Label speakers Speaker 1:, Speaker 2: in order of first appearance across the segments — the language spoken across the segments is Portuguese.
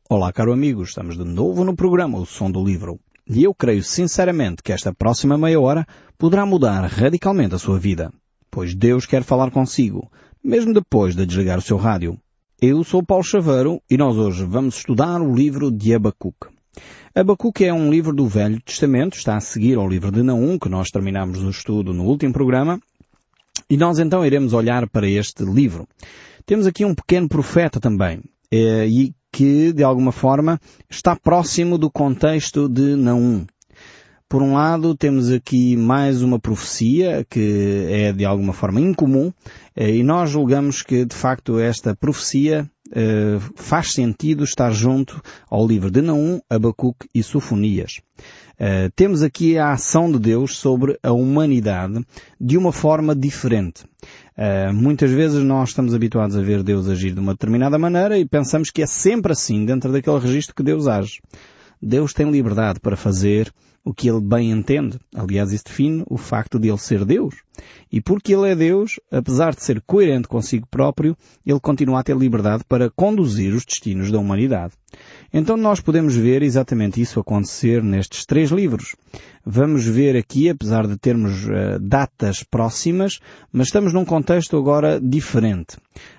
Speaker 1: Olá, caro amigo, estamos de novo no programa O Som do Livro. E eu creio sinceramente que esta próxima meia hora poderá mudar radicalmente a sua vida, pois Deus quer falar consigo, mesmo depois de desligar o seu rádio. Eu sou Paulo Chaveiro e nós hoje vamos estudar o livro de Abacuque. Abacuque é um livro do Velho Testamento, está a seguir ao livro de Naum, que nós terminamos o estudo no último programa, e nós então iremos olhar para este livro. Temos aqui um pequeno profeta também, e que, de alguma forma, está próximo do contexto de Naum. Por um lado, temos aqui mais uma profecia que é, de alguma forma, incomum, e nós julgamos que, de facto, esta profecia faz sentido estar junto ao livro de Naum, Abacuque e Sofonias. Temos aqui a ação de Deus sobre a humanidade de uma forma diferente. Muitas vezes nós estamos habituados a ver Deus agir de uma determinada maneira e pensamos que é sempre assim, dentro daquele registro que Deus age. Deus tem liberdade para fazer o que Ele bem entende. Aliás, isso define o facto de Ele ser Deus. E porque Ele é Deus, apesar de ser coerente consigo próprio, Ele continua a ter liberdade para conduzir os destinos da humanidade. Então nós podemos ver exatamente isso acontecer nestes 3 livros. Vamos ver aqui, apesar de termos datas próximas, mas estamos num contexto agora diferente.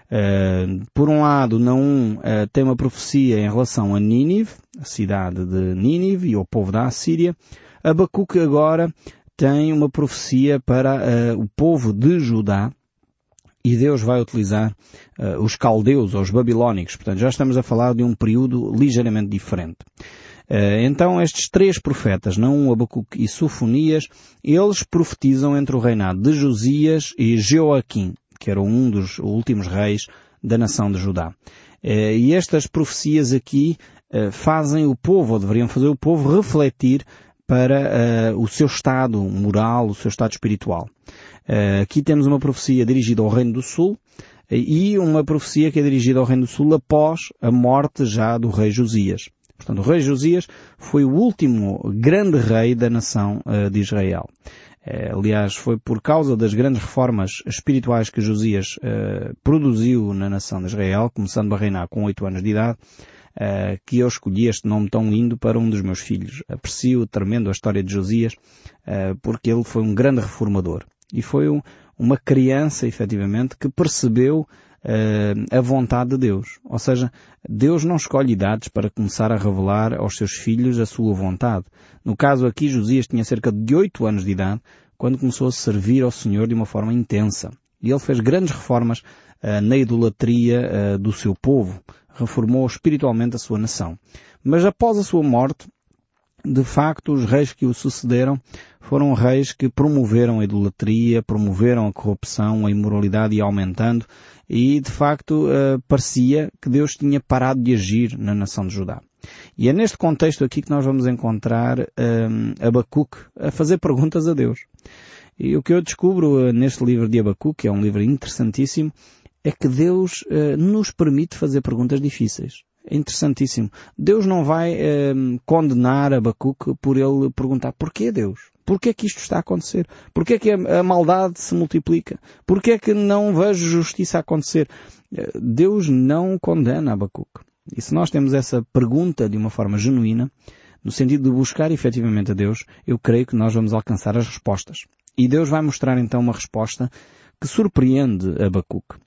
Speaker 1: Por um lado, Naum tem uma profecia em relação a Nínive, a cidade de Nínive e ao povo da Assíria. Abacuque agora tem uma profecia para o povo de Judá, e Deus vai utilizar os caldeus, ou os babilónicos. Portanto, já estamos a falar de um período ligeiramente diferente. Então, estes 3 profetas, Naum, Abacuque e Sofonias, eles profetizam entre o reinado de Josias e Jeoaquim, que era um dos últimos reis da nação de Judá. E estas profecias aqui fazem o povo, ou deveriam fazer o povo, refletir para o seu estado moral, o seu estado espiritual. Aqui temos uma profecia dirigida ao Reino do Sul e uma profecia que é dirigida ao Reino do Sul após a morte já do rei Josias. Portanto, o rei Josias foi o último grande rei da nação de Israel. Aliás, foi por causa das grandes reformas espirituais que Josias produziu na nação de Israel, começando a reinar com 8 anos de idade, que eu escolhi este nome tão lindo para um dos meus filhos. Aprecio tremendo a história de Josias, porque ele foi um grande reformador. E foi uma criança, efetivamente, que percebeu a vontade de Deus. Ou seja, Deus não escolhe idades para começar a revelar aos seus filhos a sua vontade. No caso aqui, Josias tinha cerca de 8 anos de idade quando começou a servir ao Senhor de uma forma intensa. E ele fez grandes reformas na idolatria do seu povo. Reformou espiritualmente a sua nação. Mas após a sua morte, de facto, os reis que o sucederam foram reis que promoveram a idolatria, promoveram a corrupção, a imoralidade ia aumentando e, de facto, parecia que Deus tinha parado de agir na nação de Judá. E é neste contexto aqui que nós vamos encontrar Abacuque a fazer perguntas a Deus. E o que eu descubro neste livro de Abacuque, que é um livro interessantíssimo, é que Deus nos permite fazer perguntas difíceis. É interessantíssimo. Deus não vai condenar Abacuque por ele perguntar porquê Deus? Porquê é que isto está a acontecer? Porquê é que a maldade se multiplica? Porquê é que não vejo justiça a acontecer? Deus não condena Abacuque. E se nós temos essa pergunta de uma forma genuína, no sentido de buscar efetivamente a Deus, eu creio que nós vamos alcançar as respostas. E Deus vai mostrar então uma resposta que surpreende Abacuque.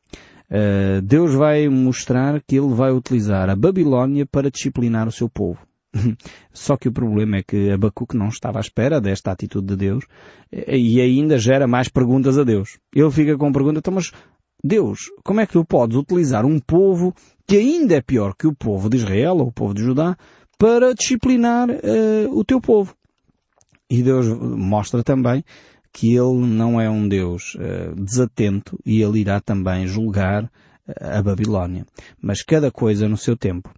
Speaker 1: Deus vai mostrar que Ele vai utilizar a Babilónia para disciplinar o seu povo. Só que o problema é que Abacuque não estava à espera desta atitude de Deus e ainda gera mais perguntas a Deus. Ele fica com a pergunta, então, mas Deus, como é que tu podes utilizar um povo que ainda é pior que o povo de Israel ou o povo de Judá para disciplinar o teu povo? E Deus mostra também que Ele não é um Deus desatento e Ele irá também julgar a Babilónia. Mas cada coisa no seu tempo.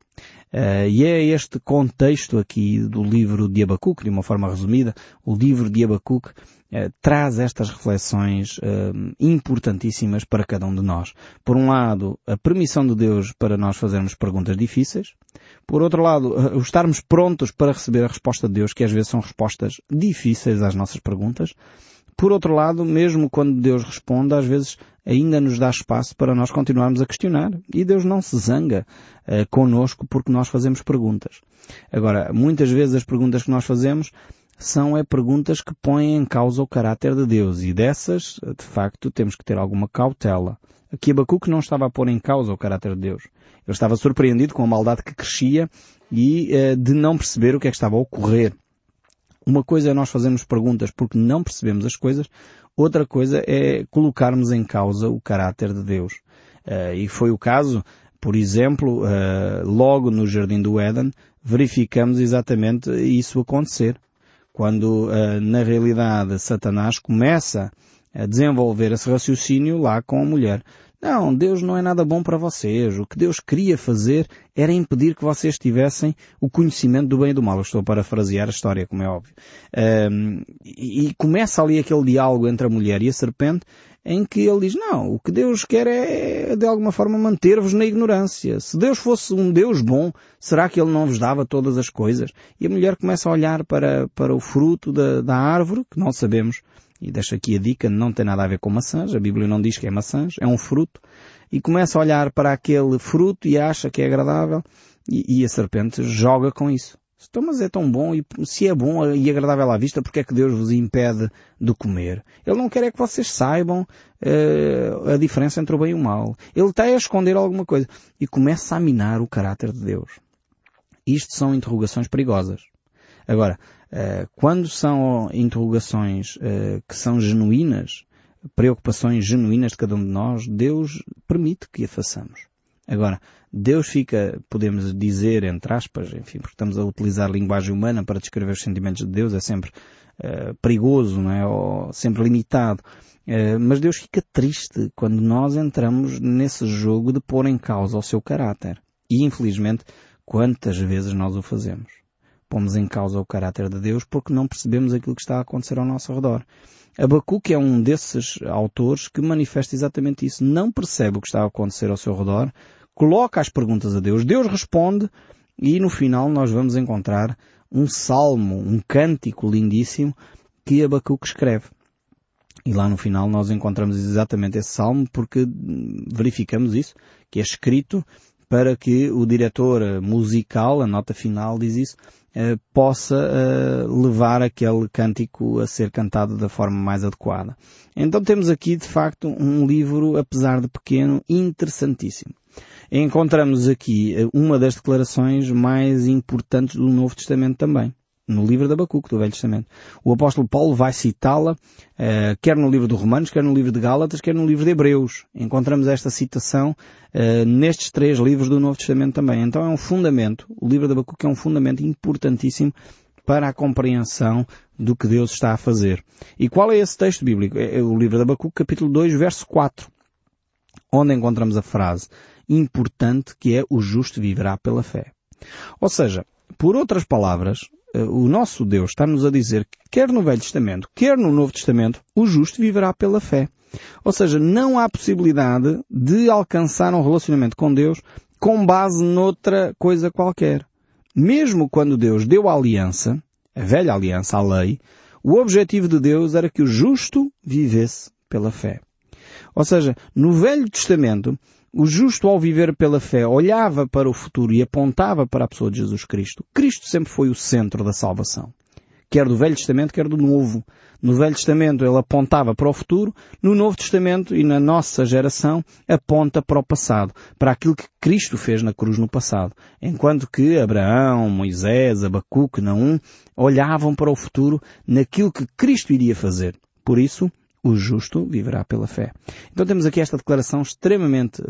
Speaker 1: E é este contexto aqui do livro de Abacuque, de uma forma resumida, o livro de Abacuque traz estas reflexões importantíssimas para cada um de nós. Por um lado, a permissão de Deus para nós fazermos perguntas difíceis. Por outro lado, estarmos prontos para receber a resposta de Deus, que às vezes são respostas difíceis às nossas perguntas. Por outro lado, mesmo quando Deus responde, às vezes ainda nos dá espaço para nós continuarmos a questionar. E Deus não se zanga connosco porque nós fazemos perguntas. Agora, muitas vezes as perguntas que nós fazemos são perguntas que põem em causa o caráter de Deus. E dessas, de facto, temos que ter alguma cautela. Aqui Abacuque não estava a pôr em causa o caráter de Deus. Ele estava surpreendido com a maldade que crescia e de não perceber o que é que estava a ocorrer. Uma coisa é nós fazermos perguntas porque não percebemos as coisas, outra coisa é colocarmos em causa o caráter de Deus. E foi o caso, por exemplo, logo no Jardim do Éden, verificamos exatamente isso acontecer. Quando, na realidade, Satanás começa a desenvolver esse raciocínio lá com a mulher. Não, Deus não é nada bom para vocês. O que Deus queria fazer era impedir que vocês tivessem o conhecimento do bem e do mal. Eu estou a parafrasear a história, como é óbvio. E começa ali aquele diálogo entre a mulher e a serpente, em que ele diz, não, o que Deus quer é, de alguma forma, manter-vos na ignorância. Se Deus fosse um Deus bom, será que Ele não vos dava todas as coisas? E a mulher começa a olhar para o fruto da árvore, que não sabemos, e deixo aqui a dica, não tem nada a ver com maçãs, a Bíblia não diz que é maçãs, é um fruto, e começa a olhar para aquele fruto e acha que é agradável, e a serpente joga com isso. Então, mas é tão bom, e se é bom e agradável à vista, porque é que Deus vos impede de comer? Ele não quer é que vocês saibam a diferença entre o bem e o mal. Ele está a esconder alguma coisa. E começa a minar o caráter de Deus. Isto são interrogações perigosas. Agora, quando são interrogações que são genuínas, preocupações genuínas de cada um de nós, Deus permite que a façamos. Agora, Deus fica, podemos dizer, entre aspas, enfim, porque estamos a utilizar a linguagem humana para descrever os sentimentos de Deus, é sempre perigoso, não é? Ou sempre limitado. Mas Deus fica triste quando nós entramos nesse jogo de pôr em causa o seu caráter. E, infelizmente, quantas vezes nós o fazemos? Pomos em causa o caráter de Deus porque não percebemos aquilo que está a acontecer ao nosso redor. Abacuque é um desses autores que manifesta exatamente isso. Não percebe o que está a acontecer ao seu redor, coloca as perguntas a Deus, Deus responde e no final nós vamos encontrar um salmo, um cântico lindíssimo que Abacuque escreve. E lá no final nós encontramos exatamente esse salmo porque verificamos isso, que é escrito para que o diretor musical, a nota final diz isso, possa levar aquele cântico a ser cantado da forma mais adequada. Então temos aqui, de facto, um livro, apesar de pequeno, interessantíssimo. Encontramos aqui uma das declarações mais importantes do Novo Testamento também, no livro de Abacuque, do Velho Testamento. O apóstolo Paulo vai citá-la, quer no livro de Romanos, quer no livro de Gálatas, quer no livro de Hebreus. Encontramos esta citação nestes 3 livros do Novo Testamento também. Então é um fundamento, o livro de Abacuque é um fundamento importantíssimo para a compreensão do que Deus está a fazer. E qual é esse texto bíblico? É o livro de Abacuque, capítulo 2, verso 4, onde encontramos a frase importante que é o justo viverá pela fé. Ou seja, por outras palavras, o nosso Deus está-nos a dizer que quer no Velho Testamento, quer no Novo Testamento, o justo viverá pela fé. Ou seja, não há possibilidade de alcançar um relacionamento com Deus com base noutra coisa qualquer. Mesmo quando Deus deu a aliança, a velha aliança, a lei, o objetivo de Deus era que o justo vivesse pela fé. Ou seja, no Velho Testamento, o justo ao viver pela fé olhava para o futuro e apontava para a pessoa de Jesus Cristo. Cristo sempre foi o centro da salvação. Quer do Velho Testamento, quer do Novo. No Velho Testamento ele apontava para o futuro, no Novo Testamento e na nossa geração aponta para o passado, para aquilo que Cristo fez na cruz no passado. Enquanto que Abraão, Moisés, Abacuque, Naum olhavam para o futuro naquilo que Cristo iria fazer. Por isso, o justo viverá pela fé. Então temos aqui esta declaração extremamente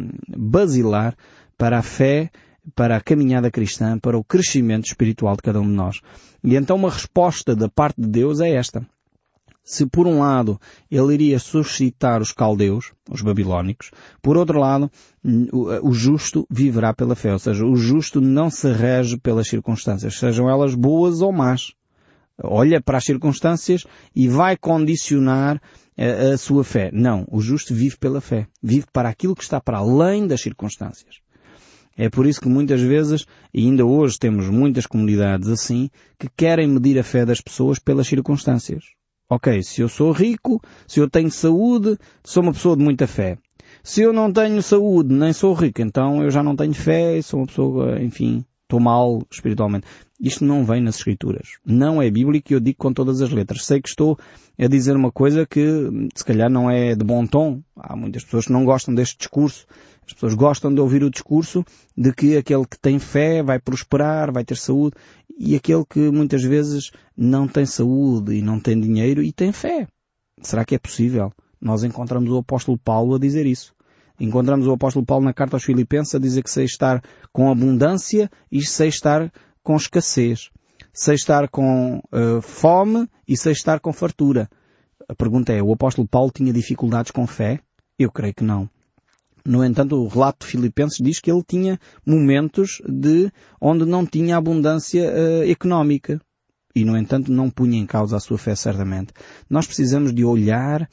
Speaker 1: basilar para a fé, para a caminhada cristã, para o crescimento espiritual de cada um de nós. E então uma resposta da parte de Deus é esta. Se por um lado ele iria suscitar os caldeus, os babilónicos, por outro lado o justo viverá pela fé. Ou seja, o justo não se rege pelas circunstâncias, sejam elas boas ou más. Olha para as circunstâncias e vai condicionar a sua fé. Não, o justo vive pela fé. Vive para aquilo que está para além das circunstâncias. É por isso que muitas vezes, e ainda hoje temos muitas comunidades assim, que querem medir a fé das pessoas pelas circunstâncias. Ok, se eu sou rico, se eu tenho saúde, sou uma pessoa de muita fé. Se eu não tenho saúde, nem sou rico, então eu já não tenho fé, sou uma pessoa, enfim, estou mal espiritualmente. Isto não vem nas Escrituras. Não é bíblico e eu digo com todas as letras. Sei que estou a dizer uma coisa que se calhar não é de bom tom. Há muitas pessoas que não gostam deste discurso. As pessoas gostam de ouvir o discurso de que aquele que tem fé vai prosperar, vai ter saúde, e aquele que muitas vezes não tem saúde e não tem dinheiro e tem fé. Será que é possível? Nós encontramos o apóstolo Paulo a dizer isso. Encontramos o apóstolo Paulo na carta aos Filipenses a dizer que sei estar com abundância e sei estar com escassez. Sei estar com fome e sei estar com fartura. A pergunta é, o apóstolo Paulo tinha dificuldades com fé? Eu creio que não. No entanto, o relato de Filipenses diz que ele tinha momentos onde não tinha abundância económica. E, no entanto, não punha em causa a sua fé, certamente. Nós precisamos de olhar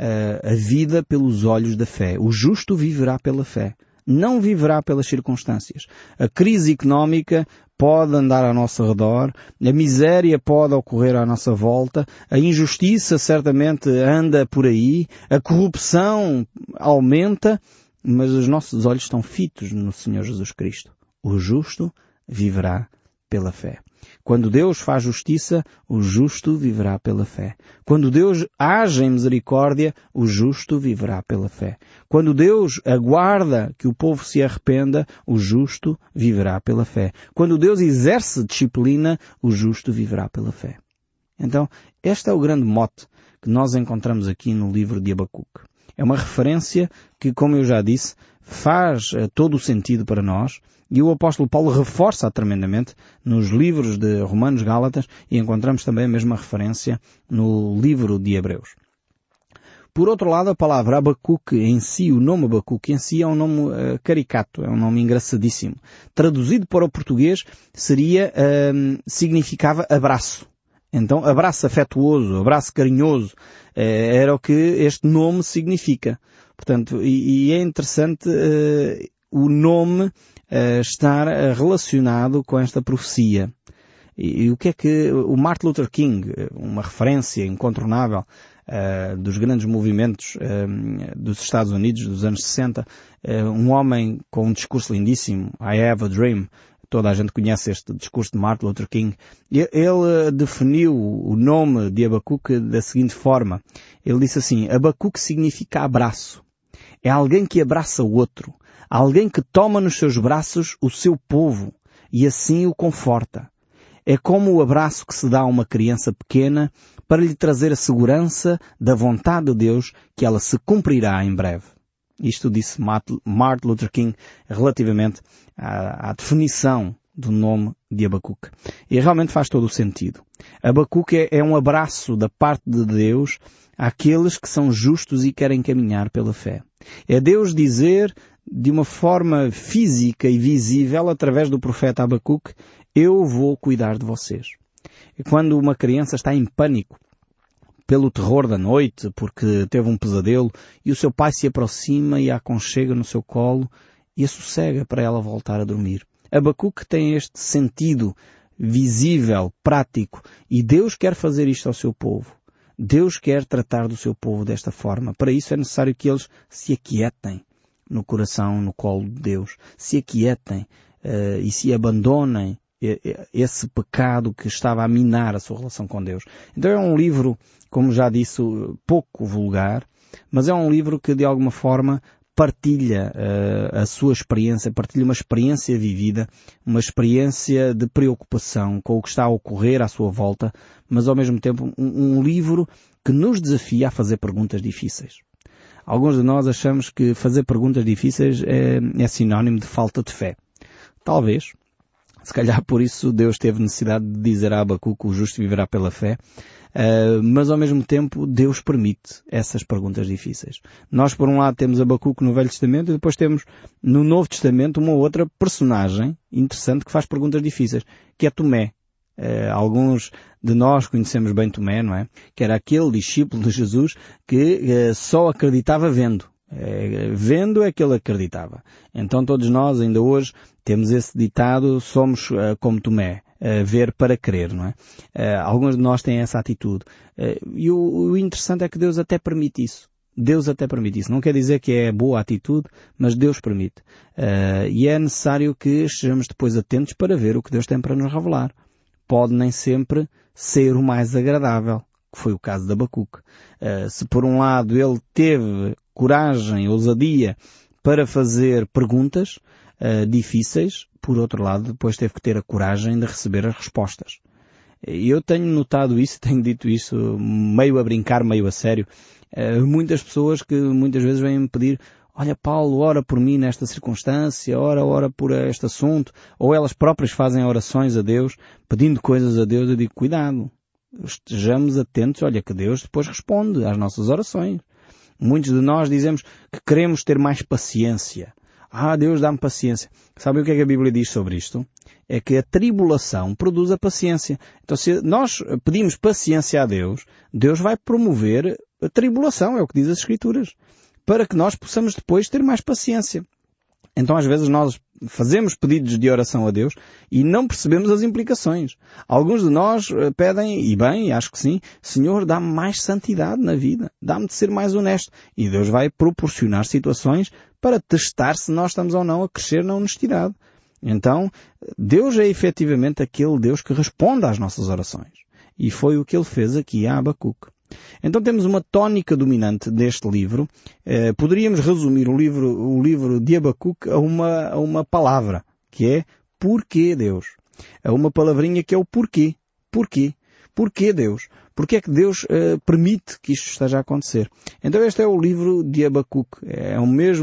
Speaker 1: a vida pelos olhos da fé. O justo viverá pela fé. Não viverá pelas circunstâncias. A crise económica pode andar ao nosso redor, a miséria pode ocorrer à nossa volta, a injustiça certamente anda por aí, a corrupção aumenta, mas os nossos olhos estão fitos no Senhor Jesus Cristo. O justo viverá pela fé. Quando Deus faz justiça, o justo viverá pela fé. Quando Deus age em misericórdia, o justo viverá pela fé. Quando Deus aguarda que o povo se arrependa, o justo viverá pela fé. Quando Deus exerce disciplina, o justo viverá pela fé. Então, este é o grande mote que nós encontramos aqui no livro de Abacuque. É uma referência que, como eu já disse, faz todo o sentido para nós, e o apóstolo Paulo reforça tremendamente nos livros de Romanos, Gálatas, e encontramos também a mesma referência no livro de Hebreus. Por outro lado, a palavra Abacuque em si, o nome Abacuque em si é um nome caricato, é um nome engraçadíssimo. Traduzido para o português significava abraço. Então, abraço afetuoso, abraço carinhoso, era o que este nome significa. Portanto, e é interessante o nome estar relacionado com esta profecia. E o que é que o Martin Luther King, uma referência incontornável dos grandes movimentos dos Estados Unidos dos anos 60, um homem com um discurso lindíssimo, I Have a Dream. Toda a gente conhece este discurso de Martin Luther King. Ele definiu o nome de Abacuque da seguinte forma. Ele disse assim, Abacuque significa abraço. É alguém que abraça o outro. Alguém que toma nos seus braços o seu povo e assim o conforta. É como o abraço que se dá a uma criança pequena para lhe trazer a segurança da vontade de Deus que ela se cumprirá em breve. Isto disse Martin Luther King relativamente à definição do nome de Abacuque. E realmente faz todo o sentido. Abacuque é um abraço da parte de Deus àqueles que são justos e querem caminhar pela fé. É Deus dizer de uma forma física e visível através do profeta Abacuque, eu vou cuidar de vocês. E quando uma criança está em pânico pelo terror da noite, porque teve um pesadelo, e o seu pai se aproxima e a aconchega no seu colo e a sossega para ela voltar a dormir. Abacuque tem este sentido visível, prático, e Deus quer fazer isto ao seu povo. Deus quer tratar do seu povo desta forma. Para isso é necessário que eles se aquietem no coração, no colo de Deus. Se aquietem e se abandonem esse pecado que estava a minar a sua relação com Deus. Então é um livro, como já disse, pouco vulgar, mas é um livro que de alguma forma partilha a sua experiência, partilha uma experiência vivida, uma experiência de preocupação com o que está a ocorrer à sua volta, mas ao mesmo tempo um livro que nos desafia a fazer perguntas difíceis. Alguns de nós achamos que fazer perguntas difíceis é sinónimo de falta de fé. Talvez. Se calhar por isso Deus teve necessidade de dizer a Abacuque, o justo viverá pela fé, mas ao mesmo tempo Deus permite essas perguntas difíceis. Nós por um lado temos Abacuque no Velho Testamento e depois temos no Novo Testamento uma outra personagem interessante que faz perguntas difíceis, que é Tomé. Alguns de nós conhecemos bem Tomé, não é? Que era aquele discípulo de Jesus que só acreditava vendo. Vendo é que ele acreditava. Então todos nós ainda hoje temos esse ditado, somos como Tomé. ver para crer, não é? Alguns de nós têm essa atitude. E o interessante é que Deus até permite isso. Deus até permite isso. Não quer dizer que é boa atitude, mas Deus permite. E é necessário que estejamos depois atentos para ver o que Deus tem para nos revelar. Pode nem sempre ser o mais agradável, que foi o caso de Abacuque. Se por um lado ele teve coragem, ousadia para fazer perguntas difíceis, por outro lado depois teve que ter a coragem de receber as respostas. E eu tenho notado isso, tenho dito isso meio a brincar, meio a sério. Muitas pessoas que muitas vezes vêm me pedir: olha Paulo, ora por mim nesta circunstância, ora por este assunto, ou elas próprias fazem orações a Deus, pedindo coisas a Deus. Eu digo: cuidado, estejamos atentos, olha que Deus depois responde às nossas orações. Muitos de nós dizemos que queremos ter mais paciência. Deus dá-me paciência. Sabem o que é que a Bíblia diz sobre isto? É que a tribulação produz a paciência. Então se nós pedimos paciência a Deus, Deus vai promover a tribulação, é o que diz as Escrituras, para que nós possamos depois ter mais paciência. Então às vezes nós fazemos pedidos de oração a Deus e não percebemos as implicações. Alguns de nós pedem, e bem, acho que sim: Senhor, dá-me mais santidade na vida, dá-me de ser mais honesto. E Deus vai proporcionar situações para testar se nós estamos ou não a crescer na honestidade. Então, Deus é efetivamente aquele Deus que responde às nossas orações. E foi o que ele fez aqui a Abacuque. Então temos uma tónica dominante deste livro. Poderíamos resumir o livro de Abacuque a uma palavra, que é porquê Deus. A uma palavrinha que é o porquê. Porquê? Porquê Deus? Porquê é que Deus permite que isto esteja a acontecer? Então este é o livro de Abacuque. É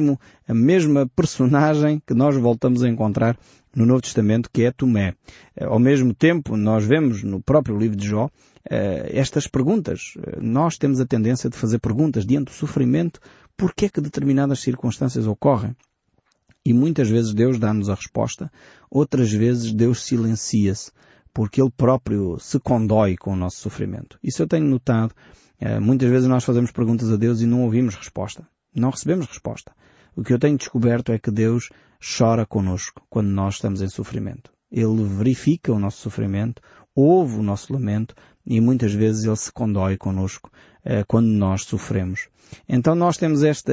Speaker 1: a mesma personagem que nós voltamos a encontrar no Novo Testamento, que é Tomé. Ao mesmo tempo, nós vemos no próprio livro de Jó estas perguntas. Nós temos a tendência de fazer perguntas diante do sofrimento: porquê é que determinadas circunstâncias ocorrem? E muitas vezes Deus dá-nos a resposta, outras vezes Deus silencia-se, porque Ele próprio se condói com o nosso sofrimento. Isso eu tenho notado. Muitas vezes nós fazemos perguntas a Deus e não ouvimos resposta. Não recebemos resposta. O que eu tenho descoberto é que Deus chora connosco quando nós estamos em sofrimento. Ele verifica o nosso sofrimento, ouve o nosso lamento e muitas vezes Ele se condói connosco quando nós sofremos. Então nós temos este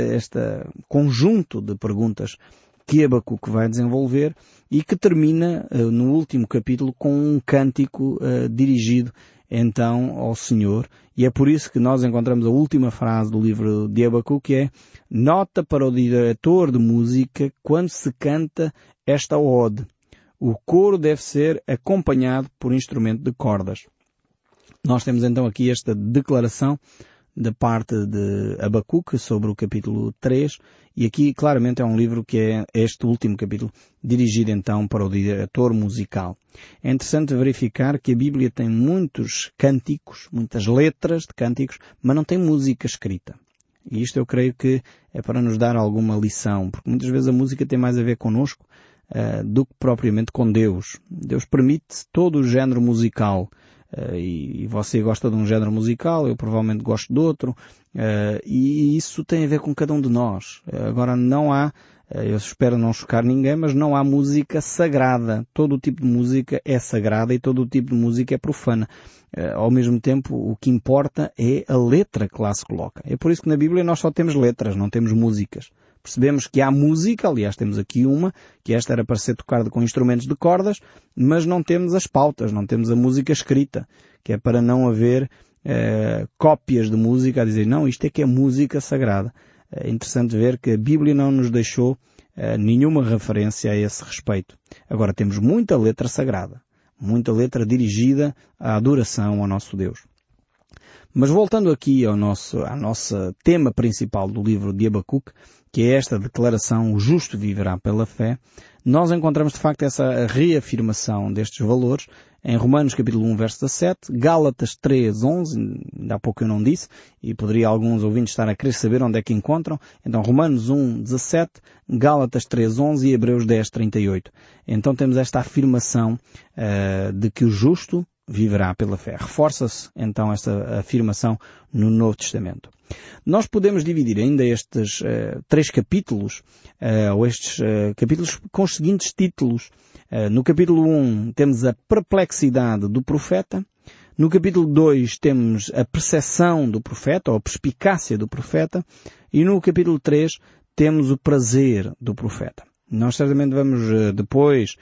Speaker 1: conjunto de perguntas que Abacuque vai desenvolver e que termina no último capítulo com um cântico dirigido então ao Senhor. E é por isso que nós encontramos a última frase do livro de Abacuque, que é: nota para o diretor de música quando se canta esta ode. O coro deve ser acompanhado por instrumento de cordas. Nós temos então aqui esta declaração da parte de Abacuque sobre o capítulo 3, e aqui claramente é um livro que é este último capítulo, dirigido então para o diretor musical. É interessante verificar que a Bíblia tem muitos cânticos, muitas letras de cânticos, mas não tem música escrita. E isto eu creio que é para nos dar alguma lição, porque muitas vezes a música tem mais a ver connosco do que propriamente com Deus. Deus permite todo o género musical. E você gosta de um género musical, eu provavelmente gosto de outro, e isso tem a ver com cada um de nós. Agora não há, eu espero não chocar ninguém, mas não há música sagrada. Todo o tipo de música é sagrada e todo o tipo de música é profana. Ao mesmo tempo, o que importa é a letra que lá se coloca. É por isso que na Bíblia nós só temos letras, não temos músicas. Percebemos que há música, aliás temos aqui uma, que esta era para ser tocada com instrumentos de cordas, mas não temos as pautas, não temos a música escrita, que é para não haver cópias de música a dizer: não, isto é que é música sagrada. É interessante ver que a Bíblia não nos deixou nenhuma referência a esse respeito. Agora temos muita letra sagrada, muita letra dirigida à adoração ao nosso Deus. Mas voltando aqui ao nosso tema principal do livro de Abacuque, que é esta declaração: o justo viverá pela fé, nós encontramos de facto essa reafirmação destes valores em Romanos capítulo 1, verso 17, Gálatas 3, 11, ainda há pouco eu não disse, e poderia alguns ouvintes estar a querer saber onde é que encontram. Então Romanos 1, 17, Gálatas 3, 11 e Hebreus 10, 38. Então temos esta afirmação de que o justo viverá pela fé. Reforça-se então esta afirmação no Novo Testamento. Nós podemos dividir ainda estes 3 capítulos, ou estes capítulos com os seguintes títulos. No capítulo 1 temos a perplexidade do profeta. No capítulo 2 temos a percepção do profeta, ou a perspicácia do profeta. E no capítulo 3 temos o prazer do profeta. Nós certamente vamos depois,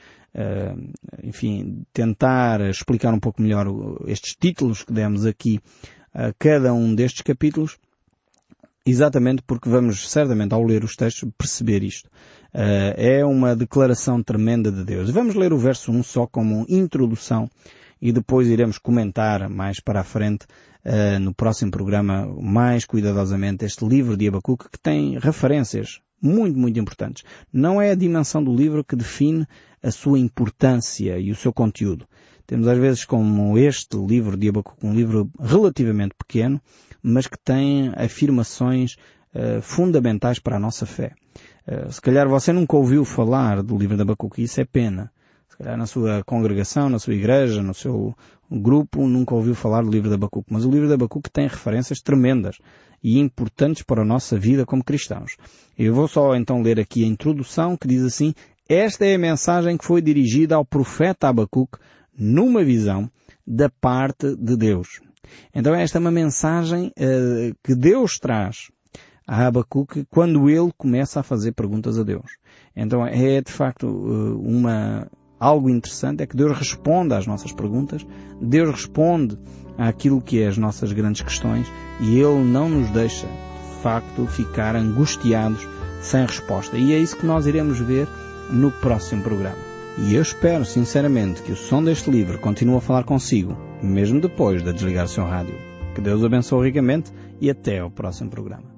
Speaker 1: tentar explicar um pouco melhor estes títulos que demos aqui a cada um destes capítulos, exatamente porque vamos certamente ao ler os textos perceber isto. É uma declaração tremenda de Deus. Vamos ler o verso 1 só como introdução e depois iremos comentar mais para a frente no próximo programa mais cuidadosamente este livro de Abacuque, que tem referências muito, muito importantes. Não é a dimensão do livro que define a sua importância e o seu conteúdo. Temos às vezes como este livro de Abacuque, um livro relativamente pequeno, mas que tem afirmações fundamentais para a nossa fé. Se calhar você nunca ouviu falar do livro de Abacuque, isso é pena. Se calhar na sua congregação, na sua igreja, no seu grupo, nunca ouviu falar do livro de Abacuque. Mas o livro de Abacuque tem referências tremendas e importantes para a nossa vida como cristãos. Eu vou só então ler aqui a introdução que diz assim: esta é a mensagem que foi dirigida ao profeta Abacuque numa visão da parte de Deus. Então esta é uma mensagem que Deus traz a Abacuque quando ele começa a fazer perguntas a Deus. Então é de facto algo interessante, é que Deus responde às nossas perguntas, Deus responde àquilo que é as nossas grandes questões e Ele não nos deixa, de facto, ficar angustiados sem resposta. E é isso que nós iremos ver no próximo programa. E eu espero, sinceramente, que o som deste livro continue a falar consigo, mesmo depois de desligar o seu rádio. Que Deus o abençoe ricamente e até ao próximo programa.